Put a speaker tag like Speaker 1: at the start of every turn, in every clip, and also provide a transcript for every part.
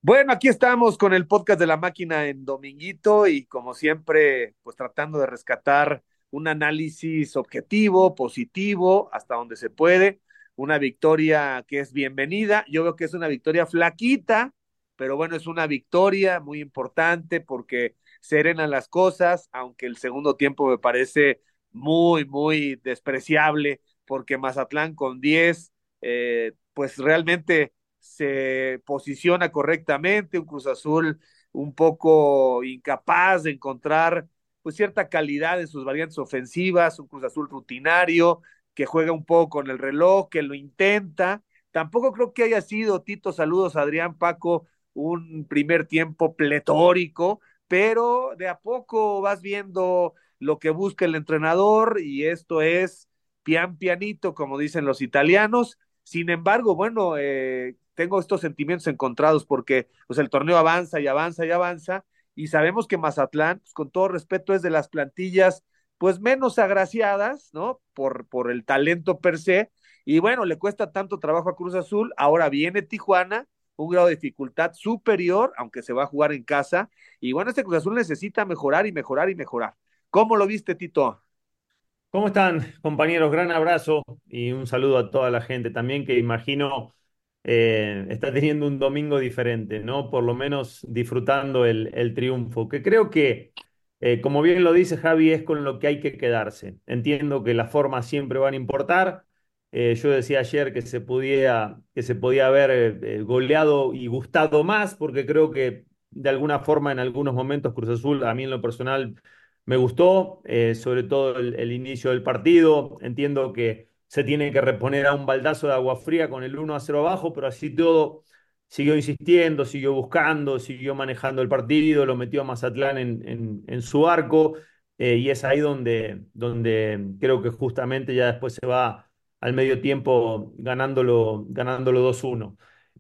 Speaker 1: Bueno, aquí estamos con el podcast de la máquina en Dominguito y como siempre, pues tratando de rescatar un análisis objetivo, positivo, hasta donde se puede, una victoria que es bienvenida. Yo veo que es una victoria flaquita, pero bueno, es una victoria muy importante porque serenan las cosas, aunque el segundo tiempo me parece muy despreciable porque Mazatlán con 10, pues realmente se posiciona correctamente, un Cruz Azul un poco incapaz de encontrar pues cierta calidad en sus variantes ofensivas, un Cruz Azul rutinario que juega un poco con el reloj, que lo intenta. Tampoco creo que haya sido, Tito, saludos Adrián, Paco, un primer tiempo pletórico, pero de a poco vas viendo lo que busca el entrenador y esto es pian pianito, como dicen los italianos. Sin embargo, bueno, tengo estos sentimientos encontrados porque pues, el torneo avanza y avanza y avanza y sabemos que Mazatlán, pues, con todo respeto, es de las plantillas pues menos agraciadas, ¿no? Por el talento per se. Y bueno, le cuesta tanto trabajo a Cruz Azul. Ahora viene Tijuana, un grado de dificultad superior, aunque se va a jugar en casa. Y bueno, este Cruz Azul necesita mejorar y mejorar y mejorar. ¿Cómo lo viste, Tito?
Speaker 2: ¿Cómo están, compañeros? Gran abrazo y un saludo a toda la gente también que imagino está teniendo un domingo diferente, ¿no? Por lo menos disfrutando el triunfo, que creo que, como bien lo dice Javi, es con lo que hay que quedarse. Entiendo que las formas siempre van a importar. Yo decía ayer que se podía haber goleado y gustado más, porque creo que de alguna forma en algunos momentos Cruz Azul, a mí en lo personal, me gustó, sobre todo el inicio del partido. Entiendo que se tiene que reponer a un baldazo de agua fría con el 1-0 abajo, pero así todo siguió insistiendo, siguió buscando, siguió manejando el partido, lo metió a Mazatlán en su arco, y es ahí donde creo que justamente ya después se va al medio tiempo ganándolo 2-1.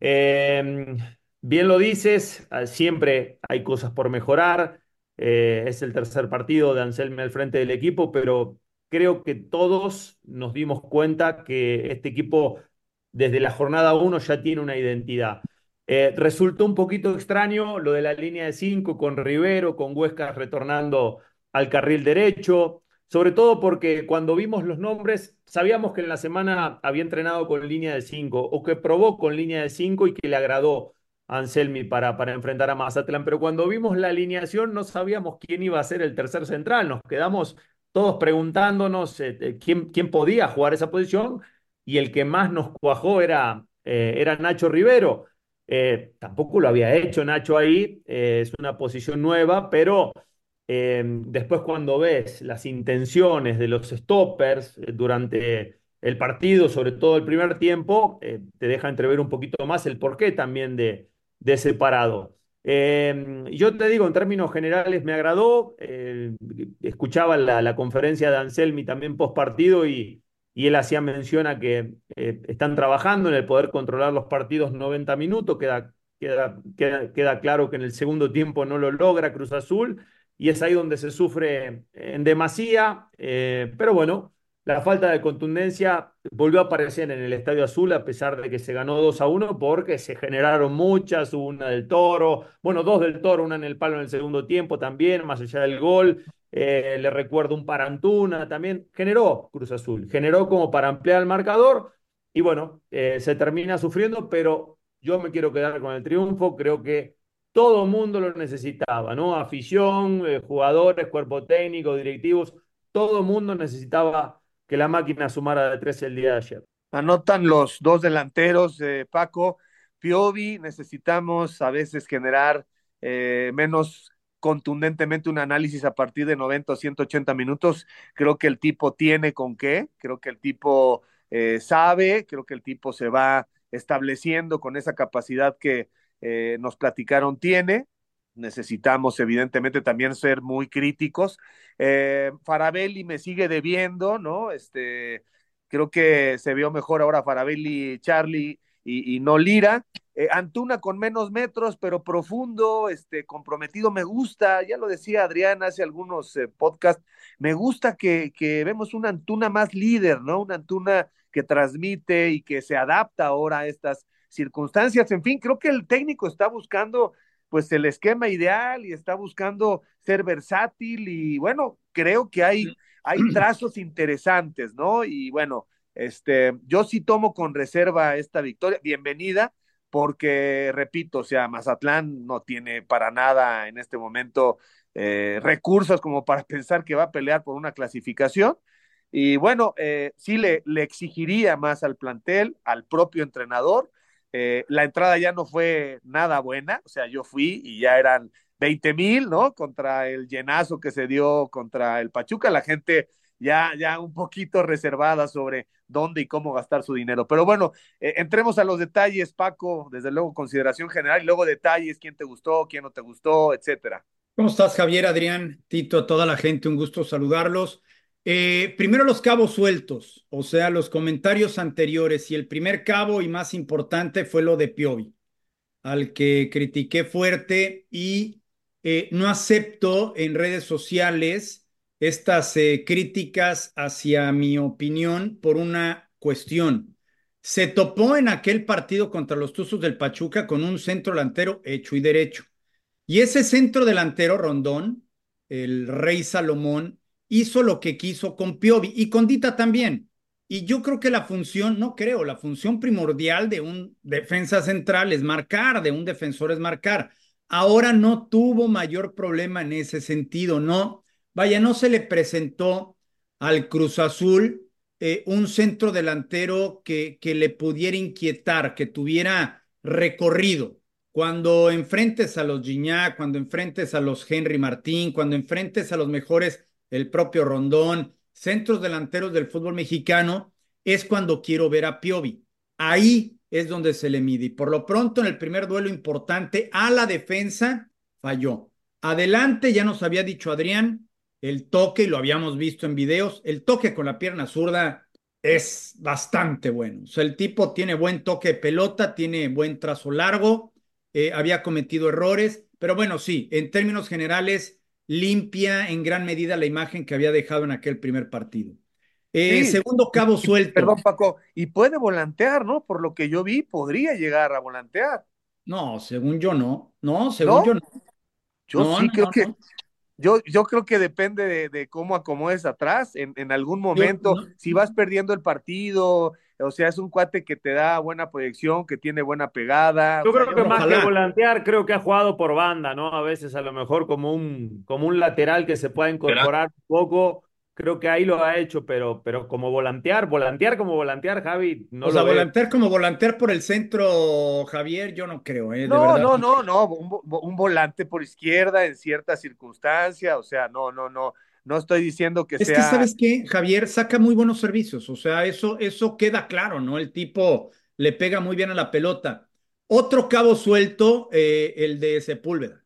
Speaker 2: Eh, Bien lo dices, siempre hay cosas por mejorar. Es el tercer partido de Anselmi al frente del equipo, pero creo que todos nos dimos cuenta que este equipo desde la jornada uno ya tiene una identidad. Resultó un poquito extraño lo de la línea de 5 con Rivero, con Huescas retornando al carril derecho, sobre todo porque cuando vimos los nombres sabíamos que en la semana había entrenado con línea de 5 o que probó con línea de 5 y que le agradó Anselmi para enfrentar a Mazatlán, pero cuando vimos la alineación no sabíamos quién iba a ser el tercer central, nos quedamos todos preguntándonos quién podía jugar esa posición y el que más nos cuajó era Nacho Rivero. Tampoco lo había hecho Nacho ahí, es una posición nueva, pero después cuando ves las intenciones de los stoppers durante el partido, sobre todo el primer tiempo, te deja entrever un poquito más el porqué también de separado. Yo te digo, en términos generales me agradó. Escuchaba la conferencia de Anselmi también post partido y él hacía mención a que están trabajando en el poder controlar los partidos 90 minutos. Queda claro que en el segundo tiempo no lo logra Cruz Azul y es ahí donde se sufre en demasía. Pero bueno, la falta de contundencia volvió a aparecer en el Estadio Azul a pesar de que se ganó 2-1 porque se generaron muchas, hubo una del Toro, bueno, dos del Toro, una en el palo en el segundo tiempo también, más allá del gol. Le recuerdo un Parantuna también, generó Cruz Azul, generó como para ampliar el marcador y bueno, se termina sufriendo, pero yo me quiero quedar con el triunfo, creo que todo el mundo lo necesitaba, ¿no? Afición, jugadores, cuerpo técnico, directivos, todo el mundo necesitaba que la máquina sumara de 13 el día de ayer.
Speaker 1: Anotan los dos delanteros, Paco, Piovi, necesitamos a veces generar menos contundentemente un análisis a partir de 90 o 180 minutos. Creo que el tipo tiene con qué, creo que el tipo sabe, creo que el tipo se va estableciendo con esa capacidad que nos platicaron tiene. Necesitamos evidentemente también ser muy críticos. Farabelli me sigue debiendo, ¿no? Creo que se vio mejor ahora Farabelli, Charlie y no Lira. Antuna con menos metros, pero profundo, comprometido, me gusta, ya lo decía Adrián hace algunos podcasts, me gusta que vemos una Antuna más líder, ¿no? Una Antuna que transmite y que se adapta ahora a estas circunstancias, en fin, creo que el técnico está buscando pues el esquema ideal y está buscando ser versátil y bueno, creo que hay trazos interesantes, ¿no? Y bueno, yo sí tomo con reserva esta victoria, bienvenida, porque repito, o sea, Mazatlán no tiene para nada en este momento recursos como para pensar que va a pelear por una clasificación. Y bueno, sí le exigiría más al plantel, al propio entrenador. La entrada ya no fue nada buena, o sea, yo fui y ya eran 20,000, ¿no? Contra el llenazo que se dio contra el Pachuca, la gente ya un poquito reservada sobre dónde y cómo gastar su dinero. Pero bueno, entremos a los detalles, Paco, desde luego consideración general y luego detalles, quién te gustó, quién no te gustó, etcétera.
Speaker 3: ¿Cómo estás, Javier, Adrián, Tito, a toda la gente? Un gusto saludarlos. Primero los cabos sueltos, o sea, los comentarios anteriores. Y el primer cabo y más importante fue lo de Piovi, al que critiqué fuerte y no acepto en redes sociales estas críticas hacia mi opinión por una cuestión. Se topó en aquel partido contra los Tuzos del Pachuca con un centro delantero hecho y derecho. Y ese centro delantero, Rondón, el Rey Salomón, hizo lo que quiso con Piovi y con Dita también. Y yo creo que la función, no creo, la función primordial de un defensa central es marcar, de un defensor es marcar. Ahora no tuvo mayor problema en ese sentido, no. Vaya, no se le presentó al Cruz Azul un centro delantero que le pudiera inquietar, que tuviera recorrido. Cuando enfrentes a los Gignac, cuando enfrentes a los Henry Martín, cuando enfrentes a los mejores, el propio Rondón, centros delanteros del fútbol mexicano, es cuando quiero ver a Piovi. Ahí es donde se le mide. Y por lo pronto, en el primer duelo importante, a la defensa falló. Adelante, ya nos había dicho Adrián, el toque, y lo habíamos visto en videos, el toque con la pierna zurda es bastante bueno. O sea, el tipo tiene buen toque de pelota, tiene buen trazo largo, había cometido errores, pero bueno, sí, en términos generales, limpia en gran medida la imagen que había dejado en aquel primer partido.
Speaker 1: Sí,
Speaker 3: Segundo cabo suelto.
Speaker 1: perdón, Paco, y puede volantear, ¿no? Por lo que yo vi, podría llegar a volantear,
Speaker 3: No, según yo no. No, según yo
Speaker 1: ¿no?
Speaker 3: no.
Speaker 1: Yo
Speaker 3: No,
Speaker 1: sí
Speaker 3: no,
Speaker 1: creo
Speaker 3: no,
Speaker 1: que
Speaker 3: no.
Speaker 1: yo creo que depende de cómo acomodes atrás. En algún
Speaker 3: Yo,
Speaker 1: momento,
Speaker 3: no.
Speaker 1: si vas perdiendo el partido, o sea, es un cuate que te da buena proyección, que tiene buena pegada. O
Speaker 2: Yo
Speaker 1: sea,
Speaker 2: creo
Speaker 1: yo
Speaker 2: que
Speaker 1: creo que
Speaker 2: más que
Speaker 3: Ojalá.
Speaker 2: volantear, creo que ha jugado por banda, ¿no? A veces a lo mejor como un lateral que se pueda incorporar un poco, creo que ahí lo ha hecho, pero como volantear como volantear, Javi, no
Speaker 3: O sea,
Speaker 2: lo veo.
Speaker 3: volantear como volantear por el centro, Javier, yo no creo, de
Speaker 1: no,
Speaker 3: verdad.
Speaker 1: no, no, no, un volante por izquierda en cierta circunstancia, o sea, no estoy diciendo que
Speaker 3: Es que,
Speaker 1: sea,
Speaker 3: ¿sabes qué? Javier saca muy buenos servicios, o sea, eso queda claro, ¿no? El tipo le pega muy bien a la pelota. Otro cabo suelto, el de Sepúlveda.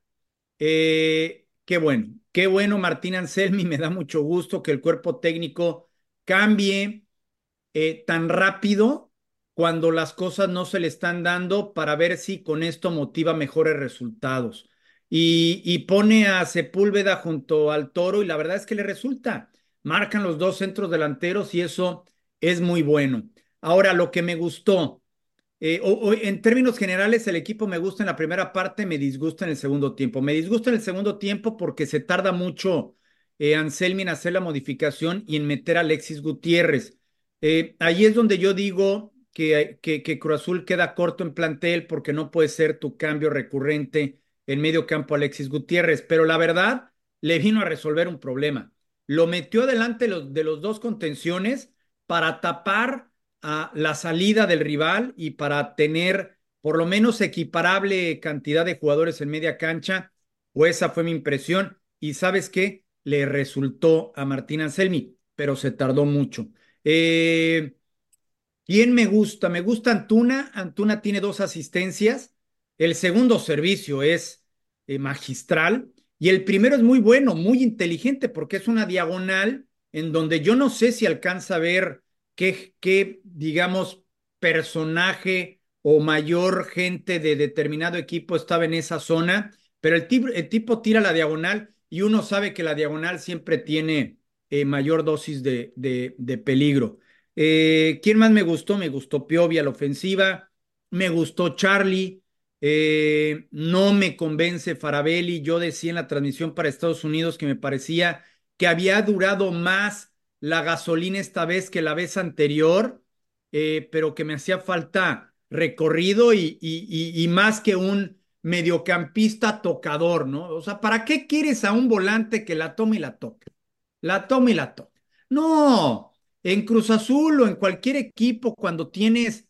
Speaker 3: Qué bueno, Martín Anselmi, me da mucho gusto que el cuerpo técnico cambie tan rápido cuando las cosas no se le están dando para ver si con esto motiva mejores resultados. Y pone a Sepúlveda junto al Toro y la verdad es que le resulta. Marcan los dos centros delanteros y eso es muy bueno. Ahora, lo que me gustó, en términos generales, el equipo me gusta en la primera parte, me disgusta en el segundo tiempo. Me disgusta en el segundo tiempo porque se tarda mucho Anselmi en hacer la modificación y en meter a Alexis Gutiérrez. Ahí es donde yo digo que Cruz Azul queda corto en plantel porque no puede ser tu cambio recurrente en medio campo Alexis Gutiérrez, pero la verdad le vino a resolver un problema. Lo metió adelante de los dos contenciones para tapar a la salida del rival y para tener por lo menos equiparable cantidad de jugadores en media cancha, o esa fue mi impresión. Y sabes qué, le resultó a Martín Anselmi, pero se tardó mucho. Eh, ¿Quién me gusta? Me gusta Antuna. Antuna tiene dos asistencias. El segundo servicio es magistral. Y el primero es muy bueno, muy inteligente, porque es una diagonal en donde yo no sé si alcanza a ver digamos, personaje o mayor gente de determinado equipo estaba en esa zona, pero el tipo tira la diagonal y uno sabe que la diagonal siempre tiene mayor dosis de peligro. ¿Quién más me gustó? Me gustó Piovi a la ofensiva. me gustó Charlie, no me convence Farabelli. Yo decía en la transmisión para Estados Unidos que me parecía que había durado más la gasolina esta vez que la vez anterior, pero que me hacía falta recorrido y más que un mediocampista tocador, ¿no? O sea, ¿para qué quieres a un volante que la tome y la toque? La toma y la toca. No, en Cruz Azul o en cualquier equipo, cuando tienes,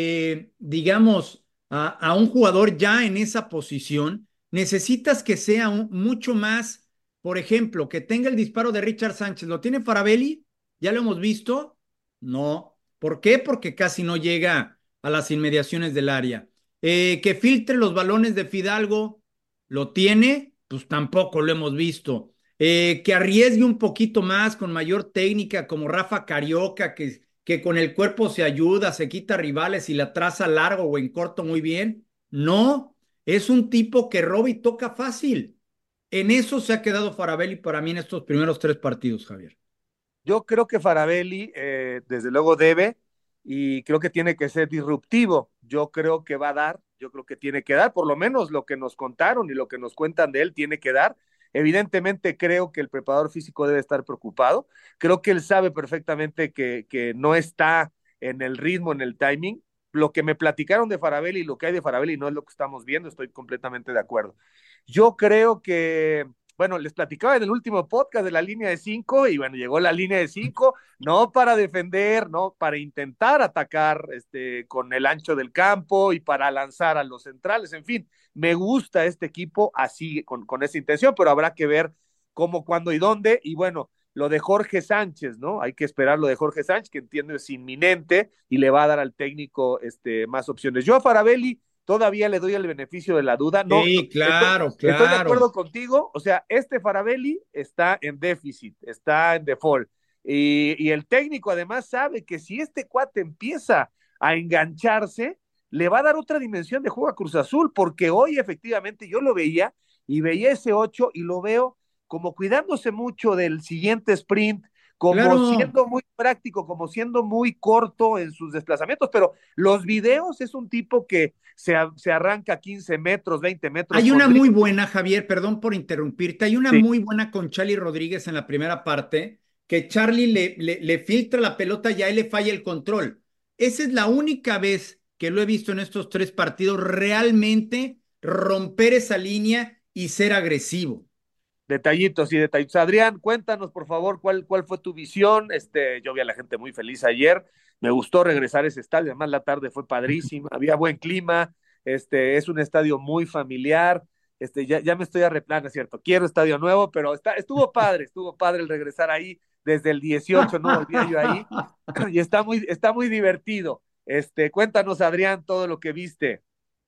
Speaker 3: digamos, a un jugador ya en esa posición, necesitas que sea mucho más, por ejemplo, que tenga el disparo de Richard Sánchez. ¿Lo tiene Farabelli? ¿Ya lo hemos visto? No. ¿Por qué? Porque casi no llega a las inmediaciones del área. Que filtre los balones de Fidalgo, ¿lo tiene? Pues tampoco lo hemos visto. Que arriesgue un poquito más con mayor técnica, como Rafa Carioca, que con el cuerpo se ayuda, se quita rivales y la traza largo o en corto muy bien. No, es un tipo que roba y toca fácil. En eso se ha quedado Farabelli para mí en estos primeros 3 partidos, Javier.
Speaker 1: Yo creo que Farabelli, desde luego, debe y creo que tiene que ser disruptivo. Yo creo que va a dar, yo creo que tiene que dar, por lo menos lo que nos contaron y lo que nos cuentan de él, tiene que dar. Evidentemente, creo que el preparador físico debe estar preocupado. Creo que él sabe perfectamente que no está en el ritmo, en el timing. Lo que me platicaron de Farabelli y lo que hay de Farabelli no es lo que estamos viendo, estoy completamente de acuerdo. Yo creo que bueno, les platicaba en el último podcast de la línea de 5 y bueno, llegó la línea de 5, no para defender, no para intentar atacar con el ancho del campo y para lanzar a los centrales, en fin, me gusta este equipo así, con esa intención, pero habrá que ver cómo, cuándo y dónde, y bueno, lo de Jorge Sánchez, ¿no? Hay que esperar lo de Jorge Sánchez, que entiendo es inminente y le va a dar al técnico más opciones. Yo a Farabelli todavía le doy el beneficio de la duda. No,
Speaker 3: Sí, claro,
Speaker 1: estoy de
Speaker 3: claro.
Speaker 1: acuerdo contigo. O sea, este Farabelli está en déficit, está en default. Y el técnico además sabe que si este cuate empieza a engancharse, le va a dar otra dimensión de juego a Cruz Azul, porque hoy efectivamente yo lo veía y veía ese 8 y lo veo como cuidándose mucho del siguiente sprint, como
Speaker 3: Claro.
Speaker 1: siendo muy práctico, como siendo muy corto en sus desplazamientos, pero los videos es un tipo que se arranca 15 metros, 20 metros
Speaker 3: Hay
Speaker 1: con
Speaker 3: una muy
Speaker 1: drible.
Speaker 3: buena, Javier, perdón por interrumpirte. Hay una
Speaker 1: Sí,
Speaker 3: muy buena con Charlie Rodríguez en la primera parte, que Charlie le filtra la pelota y a él le falla el control. Esa es la única vez que lo he visto en estos 3 partidos realmente romper esa línea y ser agresivo.
Speaker 1: detallitos y detallitos. Adrián, cuéntanos por favor cuál fue tu visión. Yo vi a la gente muy feliz ayer. Me gustó regresar a ese estadio. Además, la tarde fue padrísima. Había buen clima. Es un estadio muy familiar. Ya me estoy arreplando, es cierto. Quiero estadio nuevo, pero estuvo padre el regresar ahí desde el 18, no volvía yo ahí. Y está muy divertido. Cuéntanos, Adrián, todo lo que viste.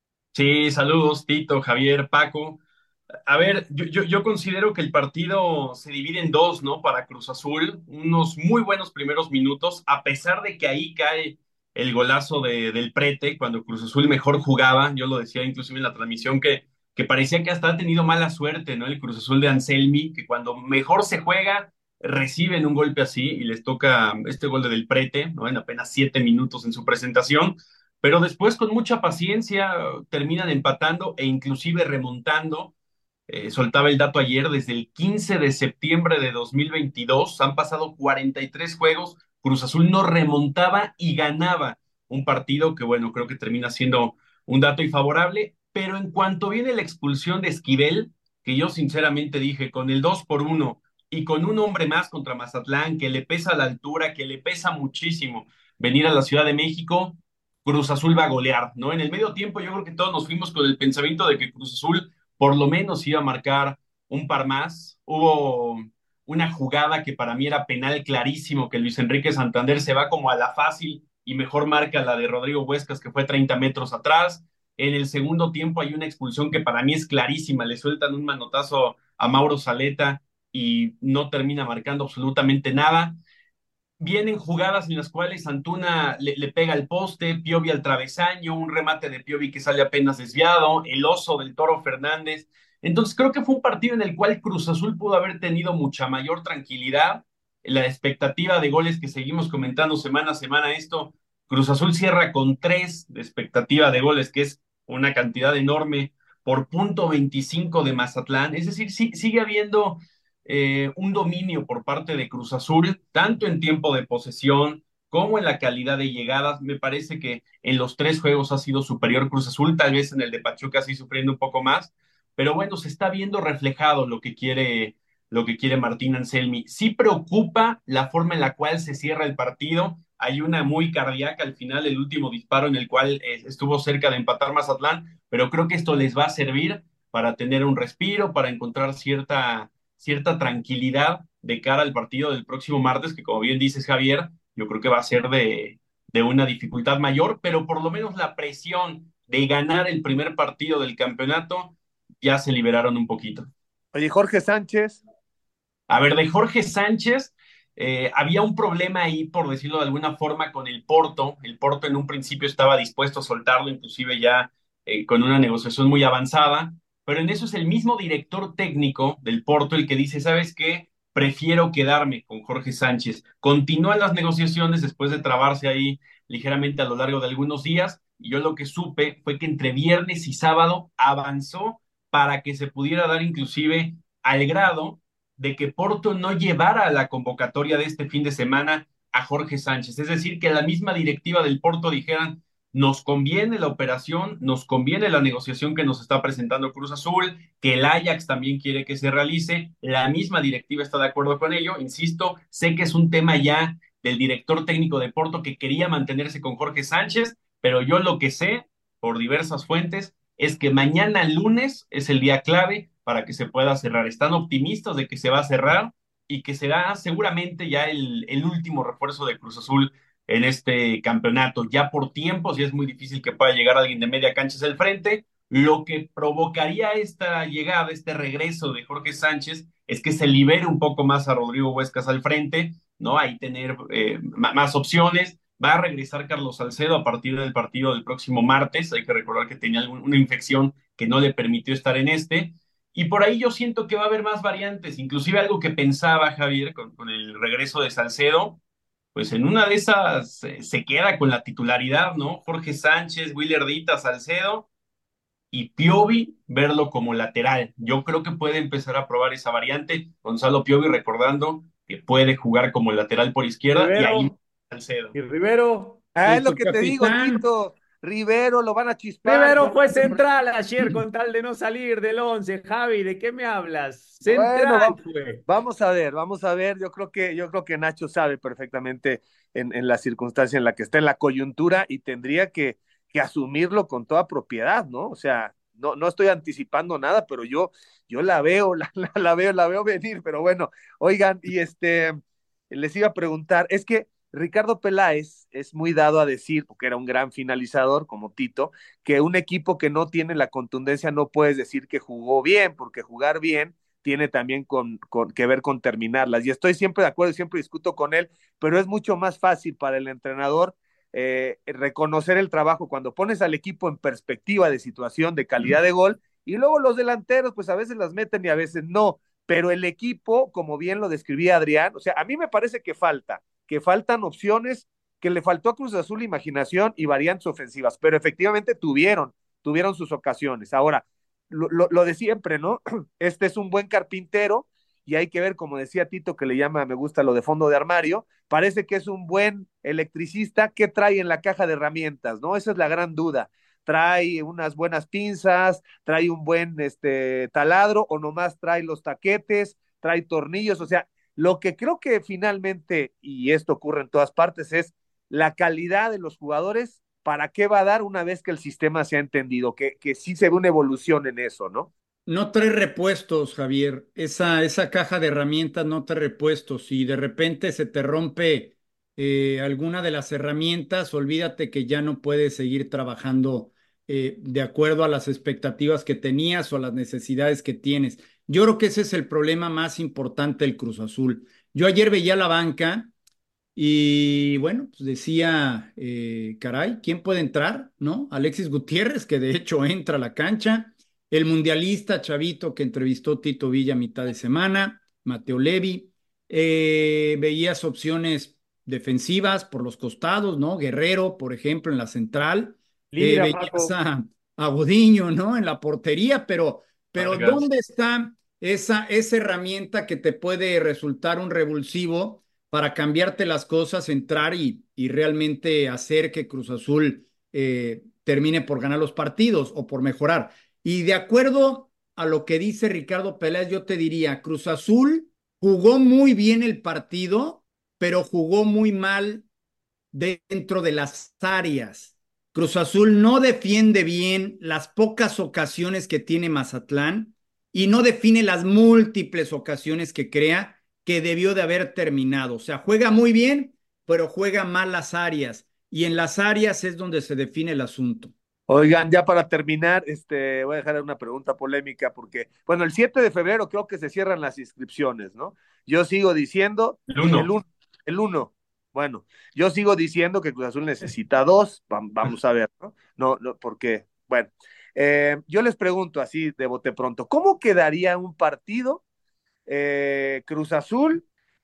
Speaker 4: Sí, saludos, Tito, Javier, Paco. A ver, yo considero que el partido se divide en dos, ¿no? Para Cruz Azul, unos muy buenos primeros minutos, a pesar de que ahí cae el golazo del Prete, cuando Cruz Azul mejor jugaba, yo lo decía inclusive en la transmisión, que parecía que hasta ha tenido mala suerte, ¿no? El Cruz Azul de Anselmi, que cuando mejor se juega, reciben un golpe así y les toca este gol del Prete, ¿no? En apenas 7 minutos en su presentación. Pero después, con mucha paciencia, terminan empatando e inclusive remontando. Soltaba el dato ayer, desde el 15 de septiembre de 2022 han pasado 43 juegos, Cruz Azul no remontaba y ganaba un partido que, bueno, creo que termina siendo un dato infavorable, pero en cuanto viene la expulsión de Esquivel, que yo sinceramente dije, con el 2-1 y con un hombre más contra Mazatlán, que le pesa la altura, que le pesa muchísimo venir a la Ciudad de México, Cruz Azul va a golear, ¿no? En el medio tiempo yo creo que todos nos fuimos con el pensamiento de que Cruz Azul por lo menos iba a marcar un par más. Hubo una jugada que para mí era penal clarísimo, que Luis Enrique Santander se va como a la fácil y mejor marca la de Rodrigo Huescas, que fue 30 metros atrás. En el segundo tiempo hay una expulsión que para mí es clarísima, le sueltan un manotazo a Mauro Zaleta y no termina marcando absolutamente nada. Vienen jugadas en las cuales Antuna le pega al poste, Piovi al travesaño, un remate de Piovi que sale apenas desviado, el oso del Toro Fernández. Entonces creo que fue un partido en el cual Cruz Azul pudo haber tenido mucha mayor tranquilidad. La expectativa de goles que seguimos comentando semana a semana, esto Cruz Azul cierra con 3 de expectativa de goles, que es una cantidad enorme por .25 de Mazatlán. Es decir, sí, sigue habiendo un dominio por parte de Cruz Azul, tanto en tiempo de posesión como en la calidad de llegadas. Me parece que en los 3 juegos ha sido superior Cruz Azul, tal vez en el de Pachuca sí sufriendo un poco más, pero bueno, se está viendo reflejado lo que quiere Martín Anselmi. Sí preocupa la forma en la cual se cierra el partido. Hay una muy cardíaca al final, el último disparo en el cual estuvo cerca de empatar Mazatlán, pero creo que esto les va a servir para tener un respiro, para encontrar cierta tranquilidad de cara al partido del próximo martes, que como bien dices, Javier, yo creo que va a ser de una dificultad mayor, pero por lo menos la presión de ganar el primer partido del campeonato ya se liberaron un poquito.
Speaker 1: Oye, Jorge Sánchez.
Speaker 4: A ver, de Jorge Sánchez, había un problema ahí, por decirlo de alguna forma, con el Porto. El Porto en un principio estaba dispuesto a soltarlo, inclusive ya con una negociación muy avanzada, pero en eso es el mismo director técnico del Porto el que dice, ¿sabes qué? Prefiero quedarme con Jorge Sánchez. Continúan las negociaciones después de trabarse ahí ligeramente a lo largo de algunos días, y yo lo que supe fue que entre viernes y sábado avanzó para que se pudiera dar inclusive al grado de que Porto no llevara a la convocatoria de este fin de semana a Jorge Sánchez. Es decir, que la misma directiva del Porto dijeran, nos conviene la operación, nos conviene la negociación que nos está presentando Cruz Azul, que el Ajax también quiere que se realice, la misma directiva está de acuerdo con ello, insisto, sé que es un tema ya del director técnico de Porto que quería mantenerse con Jorge Sánchez, pero yo lo que sé, por diversas fuentes, es que mañana lunes es el día clave para que se pueda cerrar. Están optimistas de que se va a cerrar y que será seguramente ya el último refuerzo de Cruz Azul en este campeonato. Ya por tiempos, y es muy difícil que pueda llegar alguien de media cancha hacia el frente. Lo que provocaría esta llegada, este regreso de Jorge Sánchez, es que se libere un poco más a Rodrigo Huescas al frente, ¿no? Ahí tener más opciones. Va a regresar Carlos Salcedo a partir del partido del próximo martes. Hay que recordar que tenía una infección que no le permitió estar en este. Y por ahí yo siento que va a haber más variantes, inclusive algo que pensaba Javier con el regreso de Salcedo, pues en una de esas se queda con la titularidad, ¿no? Jorge Sánchez, Willer Dita, Salcedo y Piovi verlo como lateral. Yo creo que puede empezar a probar esa variante. Gonzalo Piovi recordando que puede jugar como lateral por izquierda y ahí
Speaker 2: Rivero,
Speaker 4: Salcedo.
Speaker 2: y Rivero.
Speaker 1: Ah,
Speaker 3: Y
Speaker 1: es lo
Speaker 3: tu
Speaker 1: que te digo,
Speaker 3: capitán,
Speaker 1: Tito. Rivero, lo van a chispar.
Speaker 2: Rivero fue central ayer con tal de no salir del 11. Javi, ¿de qué me hablas?
Speaker 1: Bueno,
Speaker 2: Central fue.
Speaker 1: vamos a ver, vamos a ver. Yo creo que Nacho sabe perfectamente en la circunstancia en la que está, en la coyuntura, y tendría que asumirlo con toda propiedad, ¿no? O sea, no estoy anticipando nada, pero yo la veo, la veo venir. Pero bueno, oigan, y les iba a preguntar, es que Ricardo Peláez es muy dado a decir, porque era un gran finalizador como Tito, que un equipo que no tiene la contundencia no puedes decir que jugó bien, porque jugar bien tiene también que ver con terminarlas. Y estoy siempre de acuerdo, siempre discuto con él, pero es mucho más fácil para el entrenador reconocer el trabajo cuando pones al equipo en perspectiva de situación, de calidad de gol, y luego los delanteros, pues a veces las meten y a veces no. Pero el equipo, como bien lo describía Adrián, o sea, a mí me parece que faltan opciones, que le faltó a Cruz Azul imaginación y variantes ofensivas, pero efectivamente tuvieron sus ocasiones. Ahora, lo de siempre, ¿no? Este es un buen carpintero y hay que ver, como decía Tito, que le llama, me gusta lo de fondo de armario, parece que es un buen electricista. ¿Qué trae en la caja de herramientas, no? Esa es la gran duda. ¿Trae unas buenas pinzas, trae un buen taladro, o nomás trae los taquetes, trae tornillos? O sea, lo que creo que finalmente, y esto ocurre en todas partes, es la calidad de los jugadores. ¿Para qué va a dar una vez que el sistema se ha entendido? Que sí se ve una evolución en eso, ¿no?
Speaker 3: no trae repuestos, Javier. Esa caja de herramientas no trae repuestos. Si de repente se te rompe alguna de las herramientas, olvídate que ya no puedes seguir trabajando de acuerdo a las expectativas que tenías o a las necesidades que tienes. Yo creo que ese es el problema más importante del Cruz Azul. Yo ayer veía la banca. Y bueno, pues decía, caray, ¿quién puede entrar? ¿No? Alexis Gutiérrez, que de hecho entra a la cancha, el mundialista chavito que entrevistó Tito Villa a mitad de semana, Mateo Levi. Veías opciones defensivas por los costados, ¿no? Guerrero, por ejemplo, en la central.
Speaker 2: Lira,
Speaker 3: Veías
Speaker 2: Paco.
Speaker 3: a Gudiño, ¿no? En la portería, pero
Speaker 4: Vargas.
Speaker 3: ¿dónde está esa herramienta que te puede resultar un revulsivo para cambiarte las cosas, entrar y realmente hacer que Cruz Azul termine por ganar los partidos o por mejorar? Y de acuerdo a lo que dice Ricardo Peláez, yo te diría, Cruz Azul jugó muy bien el partido, pero jugó muy mal dentro de las áreas. Cruz Azul no defiende bien las pocas ocasiones que tiene Mazatlán y no define las múltiples ocasiones que crea que debió de haber terminado. O sea, juega muy bien, pero juega mal las áreas. Y en las áreas es donde se define el asunto.
Speaker 1: Oigan, ya para terminar, voy a dejar una pregunta polémica porque, bueno, el 7 de febrero creo que se cierran las inscripciones, ¿no? Yo sigo diciendo,
Speaker 4: El uno.
Speaker 1: el 1, bueno, yo sigo diciendo que Cruz Azul necesita dos, vamos a ver, ¿no? No, no, porque, bueno, yo les pregunto así de bote pronto, ¿cómo quedaría un partido Cruz Azul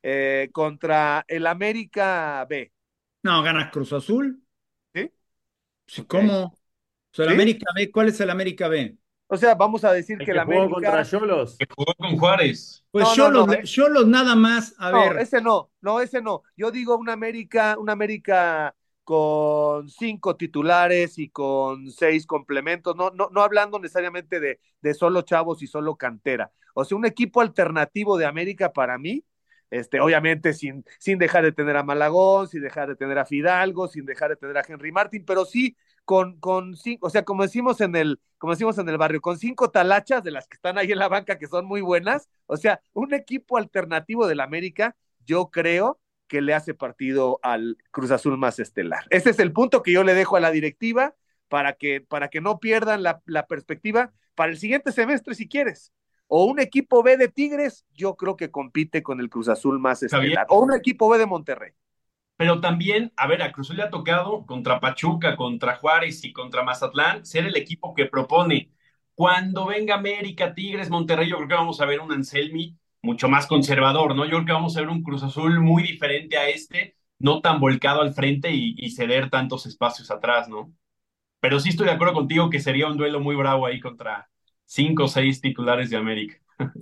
Speaker 1: contra el América B?
Speaker 3: No, gana Cruz Azul.
Speaker 1: ¿Sí?
Speaker 3: Sí,
Speaker 1: Ok.
Speaker 3: ¿cómo? O sea, el
Speaker 1: ¿Sí?
Speaker 3: América B, ¿cuál es el América B?
Speaker 1: O sea, vamos a decir
Speaker 2: El
Speaker 1: que el
Speaker 2: que jugó contra
Speaker 1: América.
Speaker 2: Xolos.
Speaker 4: Que jugó con Juárez.
Speaker 3: Pues
Speaker 1: No, no, no,
Speaker 3: Cholos nada más, a
Speaker 1: no,
Speaker 3: ver,
Speaker 1: ese no, no, ese no. Yo digo una América con 5 titulares y con 6 complementos, no, no, no hablando necesariamente de solo chavos y solo cantera. O sea, un equipo alternativo de América para mí, obviamente sin dejar de tener a Malagón, sin dejar de tener a Fidalgo, sin dejar de tener a Henry Martin, pero sí con cinco, o sea, como decimos en el barrio, con 5 talachas de las que están ahí en la banca que son muy buenas, o sea, un equipo alternativo del América, yo creo que le hace partido al Cruz Azul más estelar. Ese es el punto que yo le dejo a la directiva para que no pierdan la perspectiva para el siguiente semestre si quieres. O un equipo B de Tigres, yo creo que compite con el Cruz Azul más
Speaker 4: Javier.
Speaker 1: estelar. O un equipo B de Monterrey.
Speaker 4: Pero también, a ver, a Cruz Azul le ha tocado contra Pachuca, contra Juárez y contra Mazatlán ser el equipo que propone. Cuando venga América, Tigres, Monterrey, yo creo que vamos a ver un Anselmi mucho más conservador, ¿no? Yo creo que vamos a ver un Cruz Azul muy diferente a este, no tan volcado al frente y ceder tantos espacios atrás, ¿no? Pero sí estoy de acuerdo contigo que sería un duelo muy bravo ahí contra 5 o 6 titulares de América.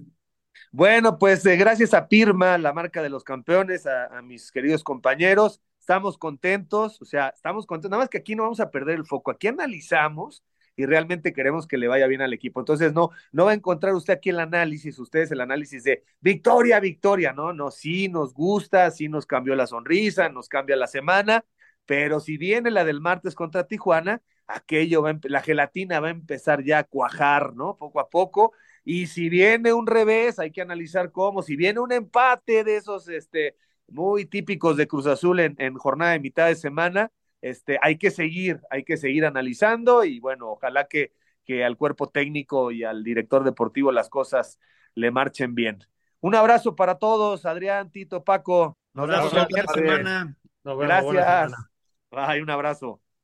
Speaker 1: Bueno, pues gracias a Pirma, la marca de los campeones, a mis queridos compañeros, estamos contentos, o sea, estamos contentos, nada más que aquí no vamos a perder el foco, aquí analizamos y realmente queremos que le vaya bien al equipo. Entonces, no, no va a encontrar usted aquí el análisis, ustedes el análisis de victoria, victoria, ¿no? No, sí nos gusta, sí nos cambió la sonrisa, nos cambia la semana, pero si viene la del martes contra Tijuana, la gelatina va a empezar ya a cuajar, ¿no? Poco a poco y si viene un revés, hay que analizar cómo. Si viene un empate de esos muy típicos de Cruz Azul en jornada de mitad de semana, hay que seguir analizando y bueno, ojalá que al cuerpo técnico y al director deportivo las cosas le marchen bien. Un abrazo para todos, Adrián, Tito, Paco. Nos
Speaker 3: abrazo,
Speaker 1: vemos el
Speaker 3: buena
Speaker 2: Abrazo,
Speaker 1: viernes.
Speaker 2: Javier.
Speaker 3: semana.
Speaker 2: Nos vemos. Buena
Speaker 1: Gracias.
Speaker 2: semana.
Speaker 1: Bye, un abrazo.